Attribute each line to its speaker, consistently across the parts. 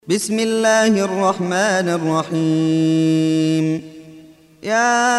Speaker 1: بسم الله الرحمن الرحيم. يا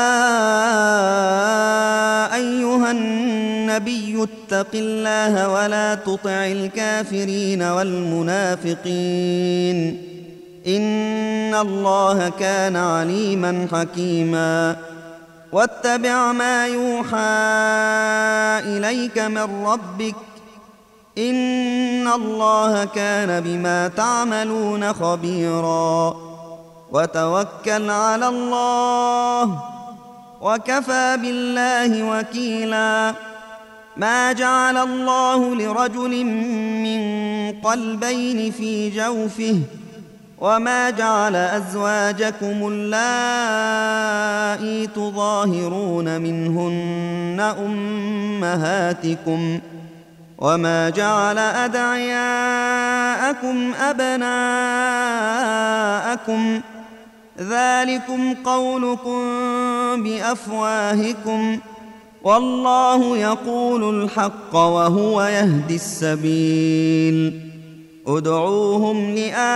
Speaker 1: أيها النبي اتق الله ولا تطع الكافرين والمنافقين إن الله كان عليما حكيما. واتبع ما يوحى إليك من ربك إن الله كان بما تعملون خبيرا. وتوكل على الله وكفى بالله وكيلا. ما جعل الله لرجل من قلبين في جوفه وما جعل أزواجكم اللائي تظاهرون منهن أمهاتكم وما جعل أدعياءكم أبناءكم ذلكم قولكم بأفواهكم والله يقول الحق وهو يهدي السبيل. ادعوهم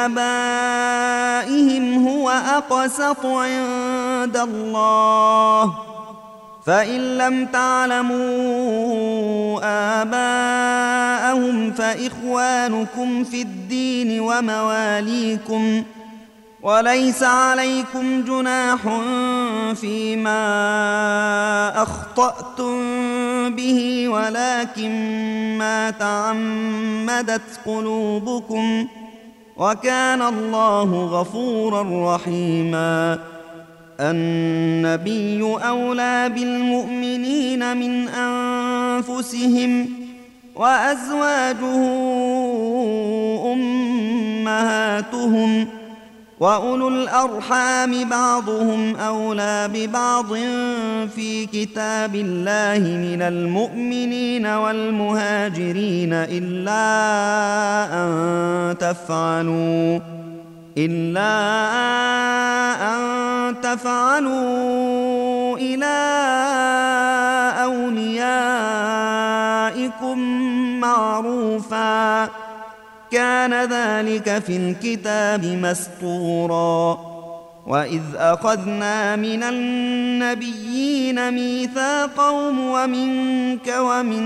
Speaker 1: لآبائهم هو أقسط عند الله فإن لم تعلموا آباءهم فإخوانكم في الدين ومواليكم وليس عليكم جناح فيما أخطأتم به ولكن ما تعمدت قلوبكم وكان الله غفورا رحيما. النبي أولى بالمؤمنين من أنفسهم وأزواجه أمهاتهم وأولو الأرحام بعضهم أولى ببعض في كتاب الله من المؤمنين والمهاجرين إلا أن تفعلوا إلى أوليائكم معروفا كان ذلك في الكتاب مسطورا. وإذ أخذنا من النبيين ميثاقهم ومنك ومن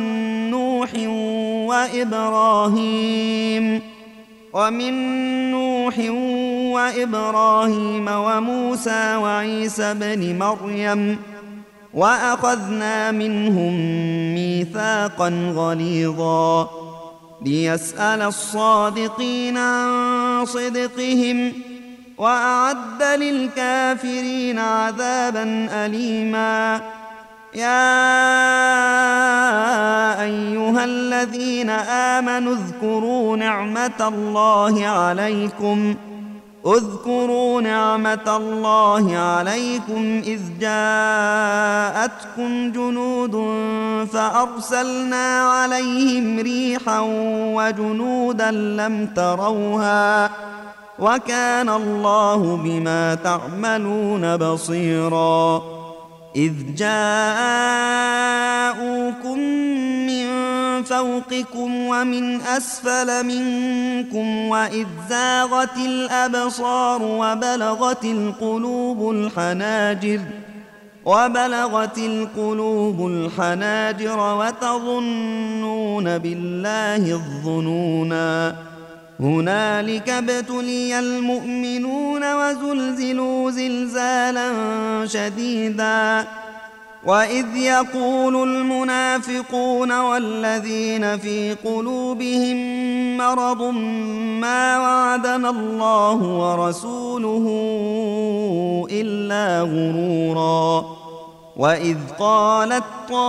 Speaker 1: نوح وإبراهيم وموسى وعيسى بن مريم وأخذنا منهم ميثاقا غليظا ليسأل الصادقين عن صدقهم وأعد للكافرين عذابا أليما. يا أيها الذين آمنوا اذكروا نعمة الله عليكم إذ جاءتكم جنود فأرسلنا عليهم ريحا وجنودا لم تروها وكان الله بما تعملون بصيرا. إذ جاءوكم من فوقكم ومن أسفل منكم وإذ زاغت الأبصار وبلغت القلوب الحناجر وتظنون بالله الظنونا. هنالك ابتلي المؤمنون وزلزلوا زلزالا شديدا. وإذ يقول المنافقون والذين في قلوبهم مرض ما وعدنا الله ورسوله إلا غرورا. وإذ قالت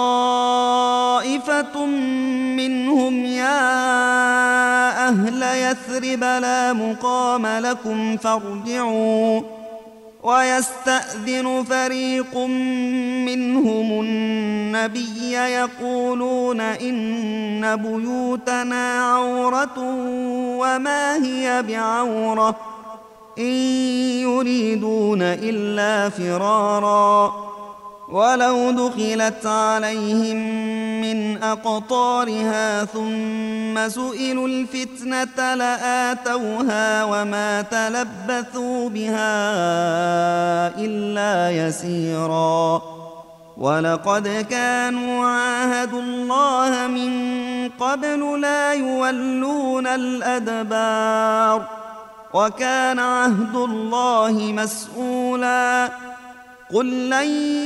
Speaker 1: طائفة منهم يا أهل يثرب لا مقام لكم فارجعوا ويستأذن فريق منهم النبي يقولون إن بيوتنا عورة وما هي بعورة إن يريدون إلا فرارا ولو دخلت عليهم من أقطارها ثم سئلوا الفتنة لآتوها وما تلبثوا بها إلا يسيرا ولقد كانوا عاهدوا الله من قبل لا يولون الأدبار وكان عهد الله مسؤولا قل لن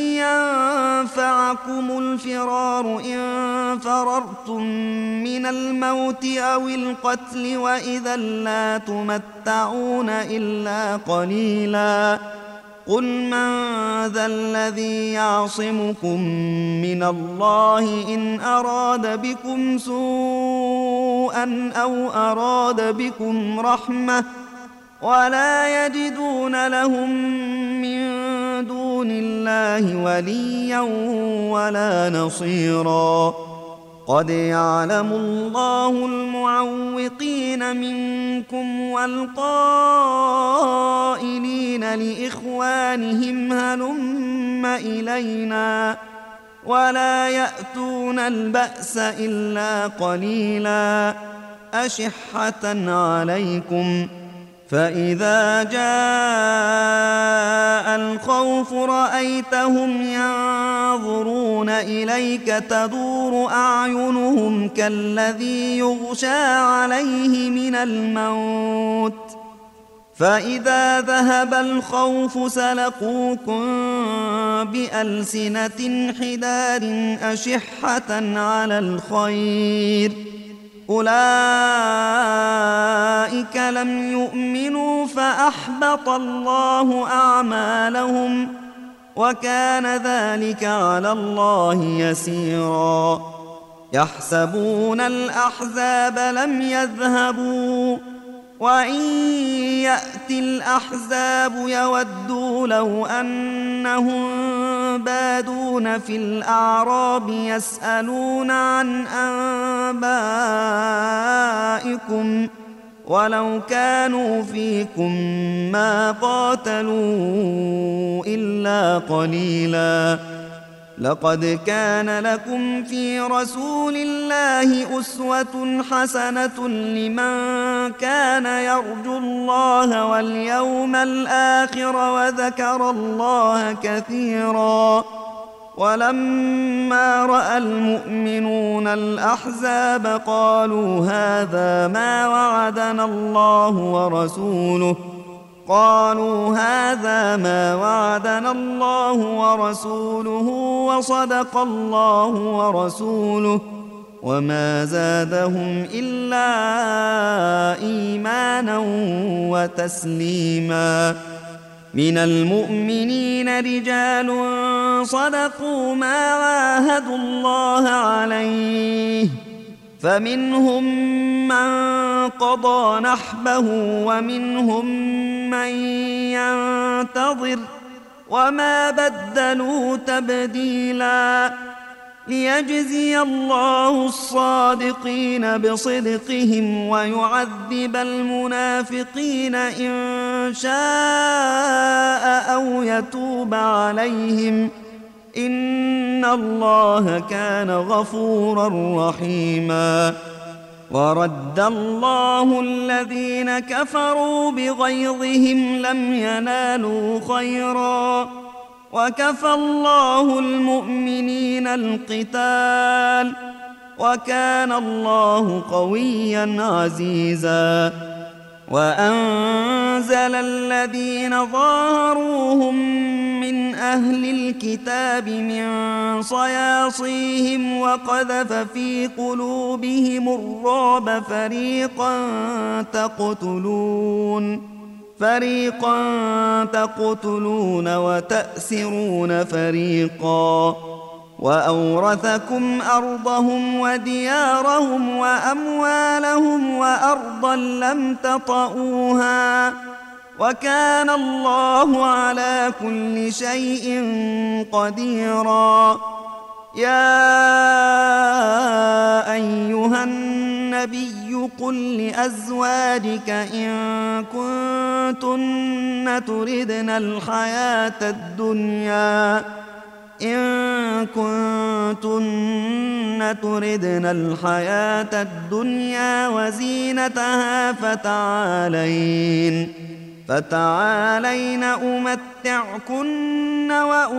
Speaker 1: ينفعكم الفرار إن فررتم من الموت أو القتل وإذا لا تمتعون إلا قليلا قل من ذا الذي يعصمكم من الله إن أراد بكم سوءا أو أراد بكم رحمة ولا يجدون لهم من دون الله وليا ولا نصيرا قد يعلم الله المعوقين منكم والقائلين لإخوانهم هلم إلينا ولا يأتون البأس إلا قليلا أشحة عليكم فإذا جاء الخوف رأيتهم ينظرون إليك تدور أعينهم كالذي يغشى عليه من الموت فإذا ذهب الخوف سلقوكم بألسنة حداد أشحة على الخير أولئك لم يؤمنوا فأحبط الله أعمالهم وكان ذلك على الله يسيرا يحسبون الأحزاب لم يذهبوا وإن يأتي الأحزاب يودوا لو أنهم بادون في الأعراب يسألون عن أنبائكم ولو كانوا فيكم ما قاتلوا إلا قليلا لقد كان لكم في رسول الله أسوة حسنة لمن كان يرجو الله واليوم الآخر وذكر الله كثيرا ولما رأى المؤمنون الأحزاب قالوا هذا ما وعدنا الله ورسوله وصدق الله ورسوله وما زادهم إلا إيمانا وتسليما من المؤمنين رجال صدقوا ما عاهدوا الله عليه فمنهم من قضى نحبه ومنهم من ينتظر وما بدلوا تبديلا ليجزي الله الصادقين بصدقهم ويعذب المنافقين إن شاء أو يتوب عليهم إن الله كان غفورا رحيما ورد الله الذين كفروا بغيظهم لم ينالوا خيرا وكفى الله المؤمنين القتال وكان الله قويا عزيزا وأنزل الذين ظاهروهم من أهل الكتاب من صياصيهم وقذف في قلوبهم الرعب فريقا تقتلون وتأسرون فريقا وأورثكم أرضهم وديارهم وأموالهم وأرضا لم تطئوها وكان الله على كل شيء قديرا يا أيها النبي قل لأزواجك إن كنتن تردن الحياة الدنيا إن كنتن تردن الحياة الدنيا وزينتها فتعالين أمتعكن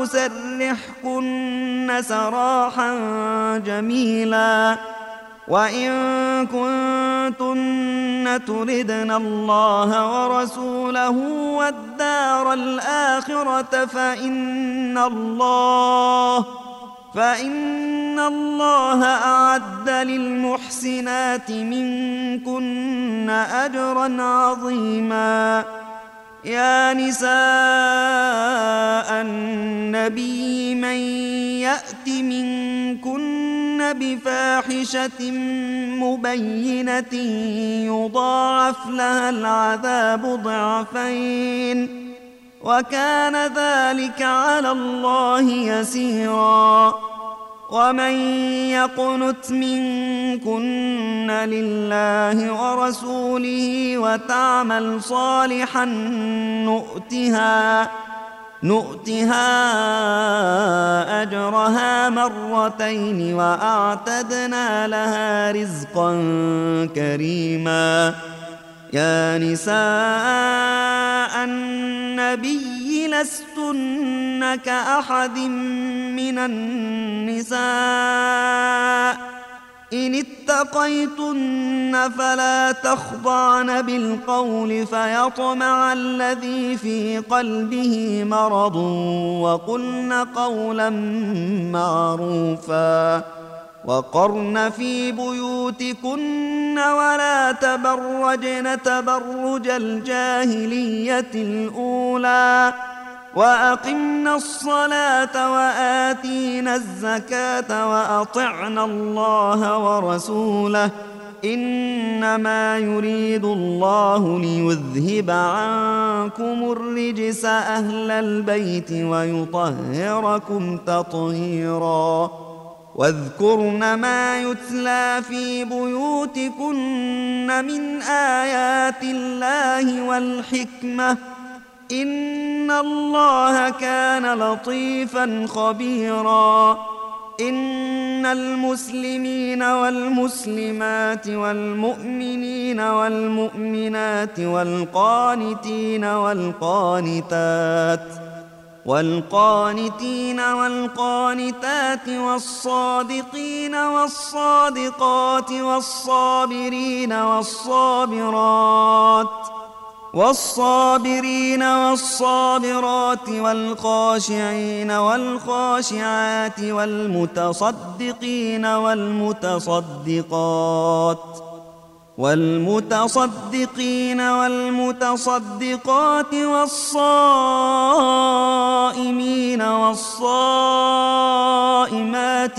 Speaker 1: وأسرحكن سراحا جميلا. وإن كنتن تردن الله ورسوله والدار الآخرة فإن الله أعد للمحسنات منكن أجرا عظيما. يا نساء النبي من يأت منكن بفاحشة مبينة يضاعف لها العذاب ضعفين وكان ذلك على الله يسيرا. ومن يقنت منكن لله ورسوله وتعمل صالحا نؤتها أجرها مرتين وأعتدنا لها رزقا كريما. يا نساء النبي لستن كأحد من النساء إن اتقيتن فلا تخضعن بالقول فيطمع الذي في قلبه مرض وقلن قولا معروفا. وقرن في بيوتكن ولا تبرجن تبرج الجاهلية الأولى وأقمنا الصلاة وآتينا الزكاة وأطعنا الله ورسوله إنما يريد الله ليذهب عنكم الرجس أهل البيت ويطهركم تطهيرا. واذكرن ما يتلى في بيوتكن من آيات الله والحكمة إن الله كان لطيفا خبيرا. إن المسلمين والمسلمات والمؤمنين والمؤمنات والقانتين والقانتات والصادقين والصادقات والصابرين والصابرات والخاشعين والخاشعات والمتصدقين والمتصدقات والصائمين والصائمات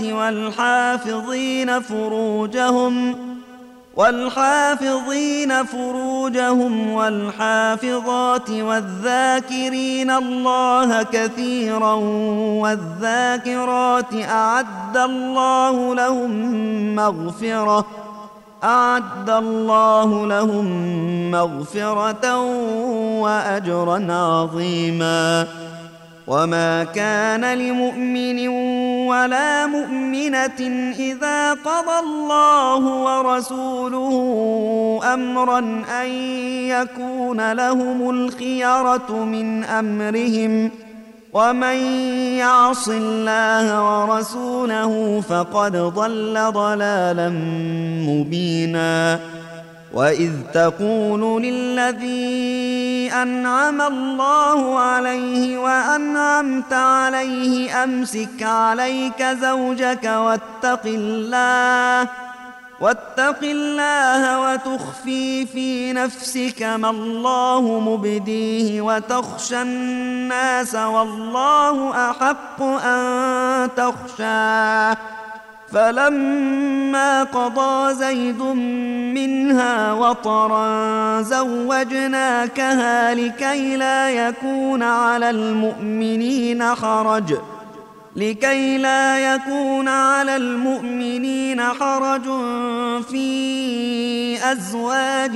Speaker 1: والحافظين فروجهم والحافظات والذاكرين الله كثيرا والذاكرات أعد الله لهم مغفرة وأجرا عظيما. وما كان لمؤمن ولا مؤمنة إذا قضى الله ورسوله أمرا أن يكون لهم الخيرة من أمرهم ومن يعص الله ورسوله فقد ضل ضلالا مبينا. وإذ تقول للذي أنعم الله عليه وأنعمت عليه أمسك عليك زوجك واتق الله وتخفي في نفسك ما الله مبديه وتخشى الناس والله أحق أن تخشاه. فلما قضى زيد منها وطرا زوجناكها لكي لا يكون على المؤمنين حرج في أزواج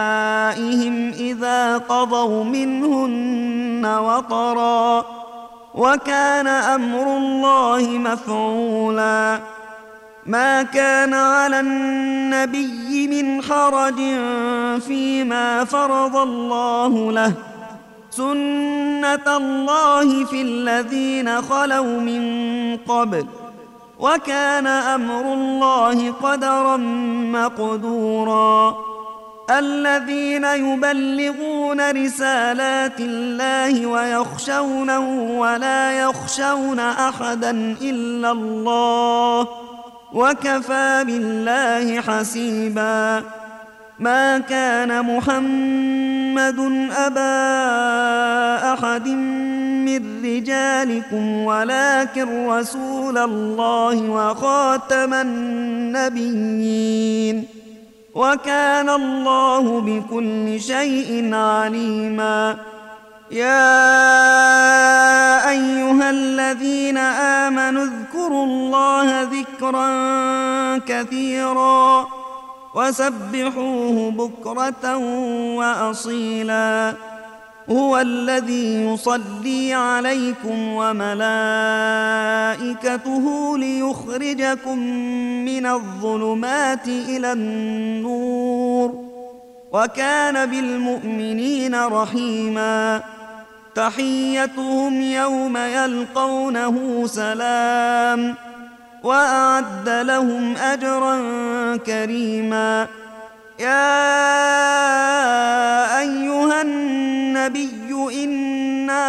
Speaker 1: أدعيائهم إذا قضوا منهن وطرا وكان أمر الله مفعولا. ما كان على النبي من حرج فيما فرض الله له، سنة الله في الذين خلوا من قبل، وكان أمر الله قدرا مقدورا. الذين يبلغون رسالات الله ويخشونه ولا يخشون أحدا إلا الله، وكفى بالله حسيبا. ما كان محمد أبا أحد من رجالكم ولكن رسول الله وخاتم النبيين، وكان الله بكل شيء عليما. يا أيها الذين آمنوا اذكروا الله ذكرا كثيرا وسبحوه بكرة وأصيلا. هو الذي يصلي عليكم وملائكته ليخرجكم من الظلمات إلى النور، وكان بالمؤمنين رحيما. تحيتهم يوم يلقونه سلام، وأعد لهم أجرا كريما. يا أيها النبي إنا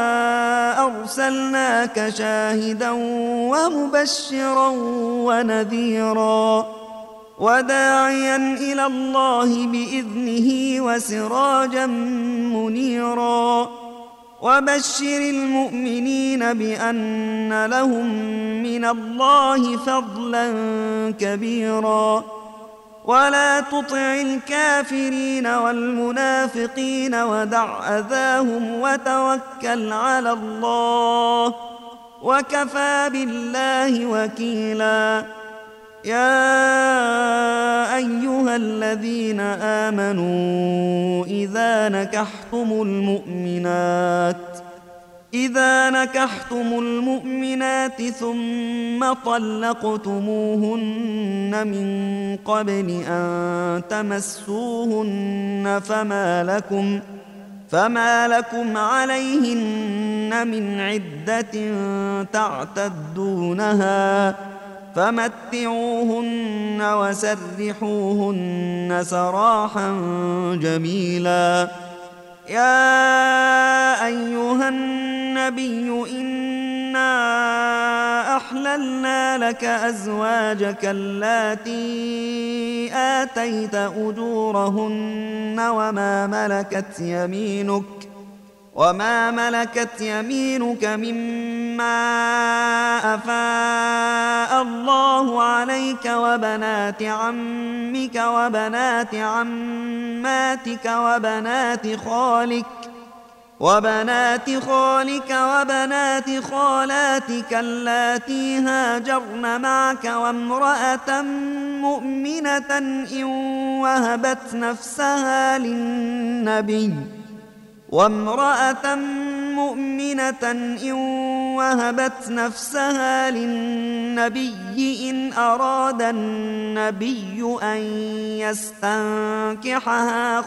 Speaker 1: أرسلناك شاهدا ومبشرا ونذيرا وداعيا إلى الله بإذنه وسراجا منيرا. وبشر المؤمنين بأن لهم من الله فضلا كبيرا. ولا تطع الكافرين والمنافقين ودع أذاهم وتوكل على الله، وكفى بالله وكيلا. يا أيها الذين آمنوا إذا نكحتم المؤمنات ثم طلقتموهن من قبل أن تمسوهن فما لكم عليهن من عدة تعتدونها، فمتعوهن وسرحوهن سراحا جميلا. يا أيها النبي إنا أحللنا لك أزواجك اللاتي آتيت أجورهن وما ملكت يمينك مما أفاء الله عليك، وبنات عمك وبنات عماتك وبنات خالك وبنات خالاتك اللاتي هاجرن معك، وامرأة مؤمنة إن وهبت نفسها للنبي إن أراد النبي أن يستنكحها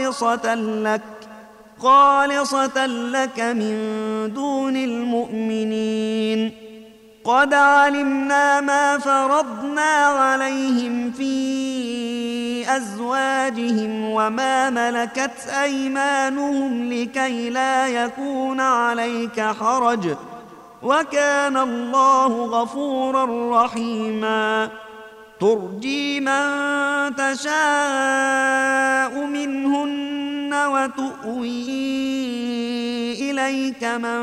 Speaker 1: خالصة لك من دون المؤمنين. قد علمنا ما فرضنا عليهم في أزواجهم وما ملكت أيمانهم لكي لا يكون عليك حرج، وكان الله غفورا رحيما. ترجي من تشاء منهن وتؤوي إليك من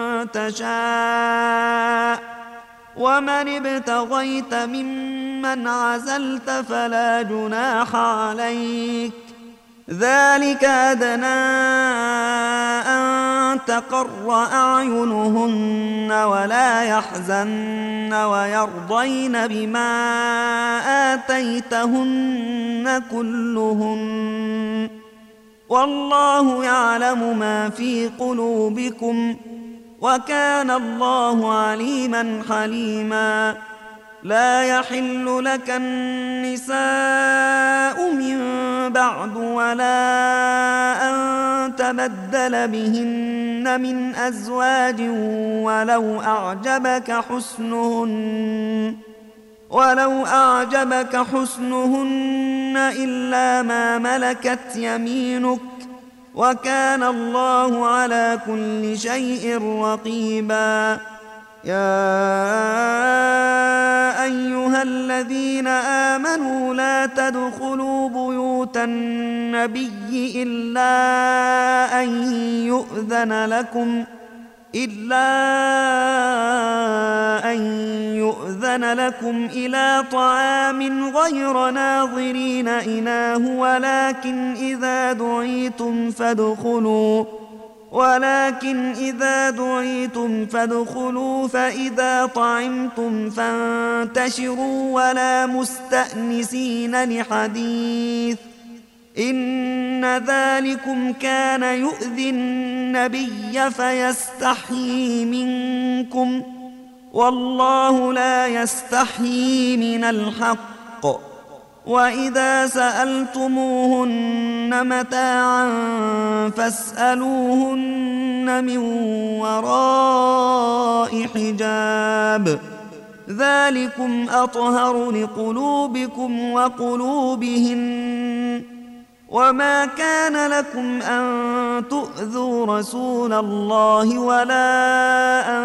Speaker 1: تشاء، ومن ابتغيت ممن عزلت فلا جناح عليك. ذلك أدنى أن تقر أعينهن ولا يحزن ويرضين بما آتيتهن كلهن، والله يعلم ما في قلوبكم وكان الله عليما حليما. لا يحل لك النساء من بعد ولا أن تبدل بهن من أزواج ولو أعجبك حسنهن إلا ما ملكت يمينك، وكان الله على كل شيء رقيبا. يا أيها الذين آمنوا لا تدخلوا بيوت النبي إلا أن يؤذن لكم إلى طعام غير ناظرين إناه، ولكن إذا دعيتم فادخلوا فإذا طعمتم فانتشروا ولا مستأنسين لحديث، إن ذلكم كان يؤذي النبي فيستحيي منكم، والله لا يستحيي من الحق. وإذا سألتموهن متاعا فاسألوهن من وراء حجاب، ذلكم أطهر لقلوبكم وقلوبهن. وما كان لكم أن تؤذوا رسول الله ولا أن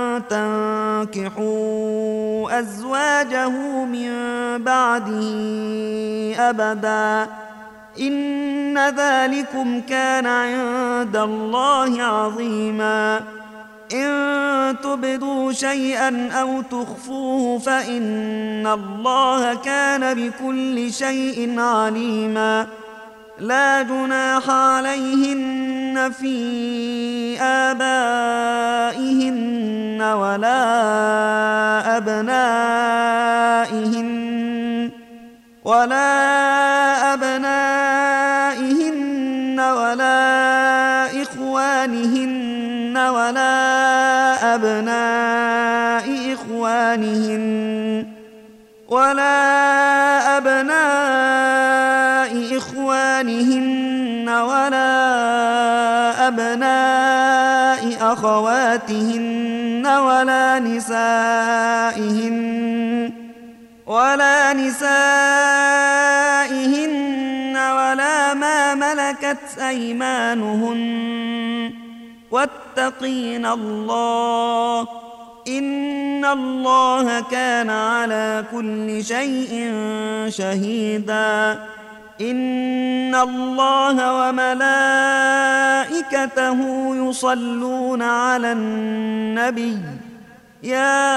Speaker 1: تنكحوا أزواجه من بعده أبدا، إن ذلكم كان عند الله عظيما. إن تبدوا شيئا أو تخفوه فإن الله كان بكل شيء عليما. لا جناح عليهن في آبائهن ولا أبنائهن ولا إخوانهن ولا أبناء إخوانهن ولا أبناء أخواتهن ولا نسائهن ولا ما ملكت أيمانهن، واتقين الله، إن الله كان على كل شيء شهيدا. إن الله وملائكته يصلون على النبي، يا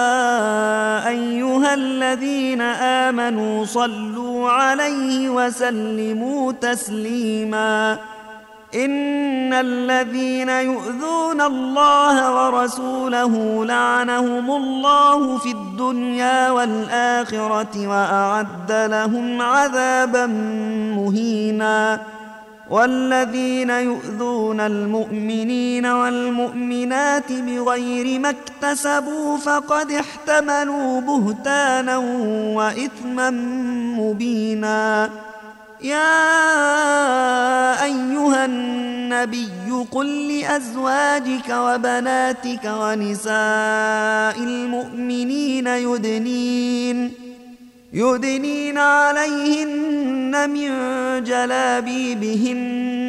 Speaker 1: أيها الذين آمنوا صلوا عليه وسلموا تسليما. إن الذين يؤذون الله ورسوله لعنهم الله في الدنيا والآخرة وأعد لهم عذابا مهينا. والذين يؤذون المؤمنين والمؤمنات بغير ما اكتسبوا فقد احتملوا بهتانا وإثما مبينا. يا أيها النبي قل لأزواجك وبناتك ونساء المؤمنين يدنين عليهن من جلابيبهن،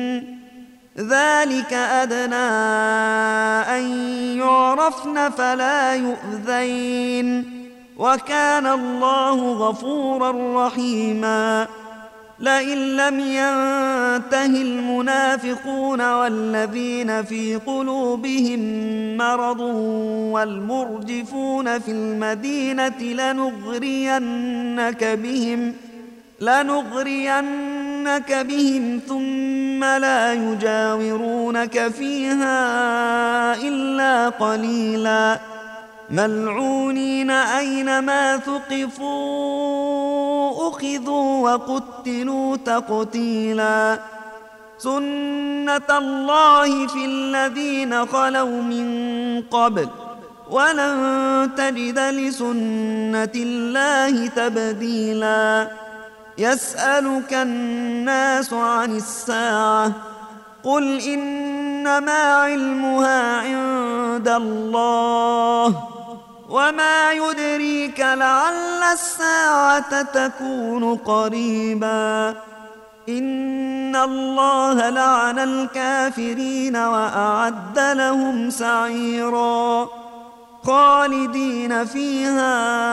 Speaker 1: ذلك أدنى أن يعرفن فلا يؤذين، وكان الله غفورا رحيما. لئن لم ينته المنافقون والذين في قلوبهم مرض والمرجفون في المدينة لنغرينك بهم ثم لا يجاورونك فيها إلا قليلا، ملعونين أينما ثقفوا أخذوا وقتلوا تقتيلا. سنة الله في الذين خلوا من قبل ولن تجد لسنة الله تبديلا. يسألك الناس عن الساعة قل إنما علمها عند الله وما يدريك لعل الساعة تكون قريبا. إن الله لعن الكافرين وأعد لهم سعيرا خالدين فيها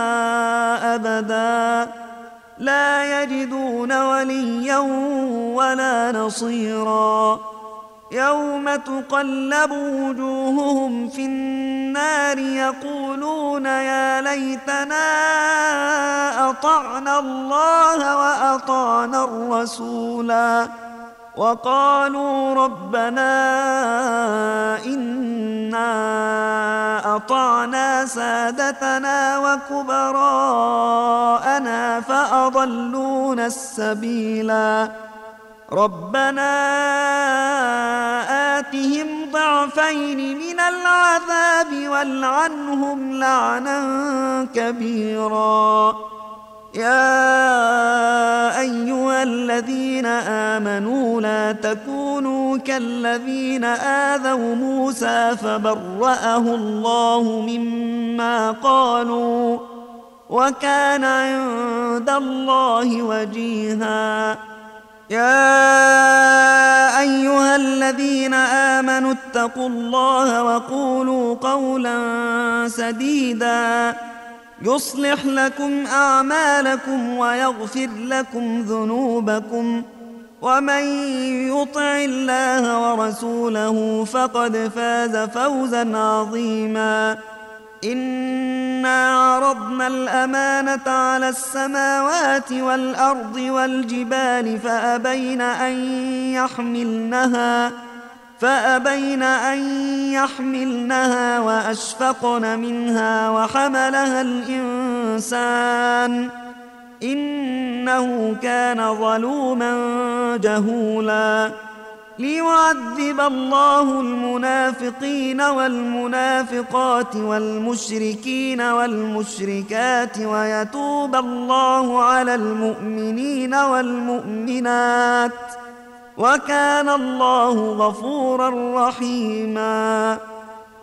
Speaker 1: أبدا لا يجدون وليا ولا نصيرا. يوم تقلب وجوههم في النار يقولون يا ليتنا أطعنا الله وأطعنا الرسولا وقالوا ربنا إنا أطعنا سادتنا وكبراءنا فأضلونا السبيلا. ربنا آتهم ضعفين من العذاب والعنهم لعنا كبيرا. يا أيها الذين آمنوا لا تكونوا كالذين آذوا موسى فبرأه الله مما قالوا وكان عند الله وجيها. يا أيها الذين آمنوا اتقوا الله وقولوا قولا سديدا يصلح لكم أعمالكم ويغفر لكم ذنوبكم ومن يطع الله ورسوله فقد فاز فوزا عظيما. إنا عرضنا الأمانة على السماوات والأرض والجبال فأبين أن يحملنها وأشفقن منها وحملها الإنسان إنه كان ظلوما جهولا. ليعذب الله المنافقين والمنافقات والمشركين والمشركات ويتوب الله على المؤمنين والمؤمنات وكان الله غفورا رحيما.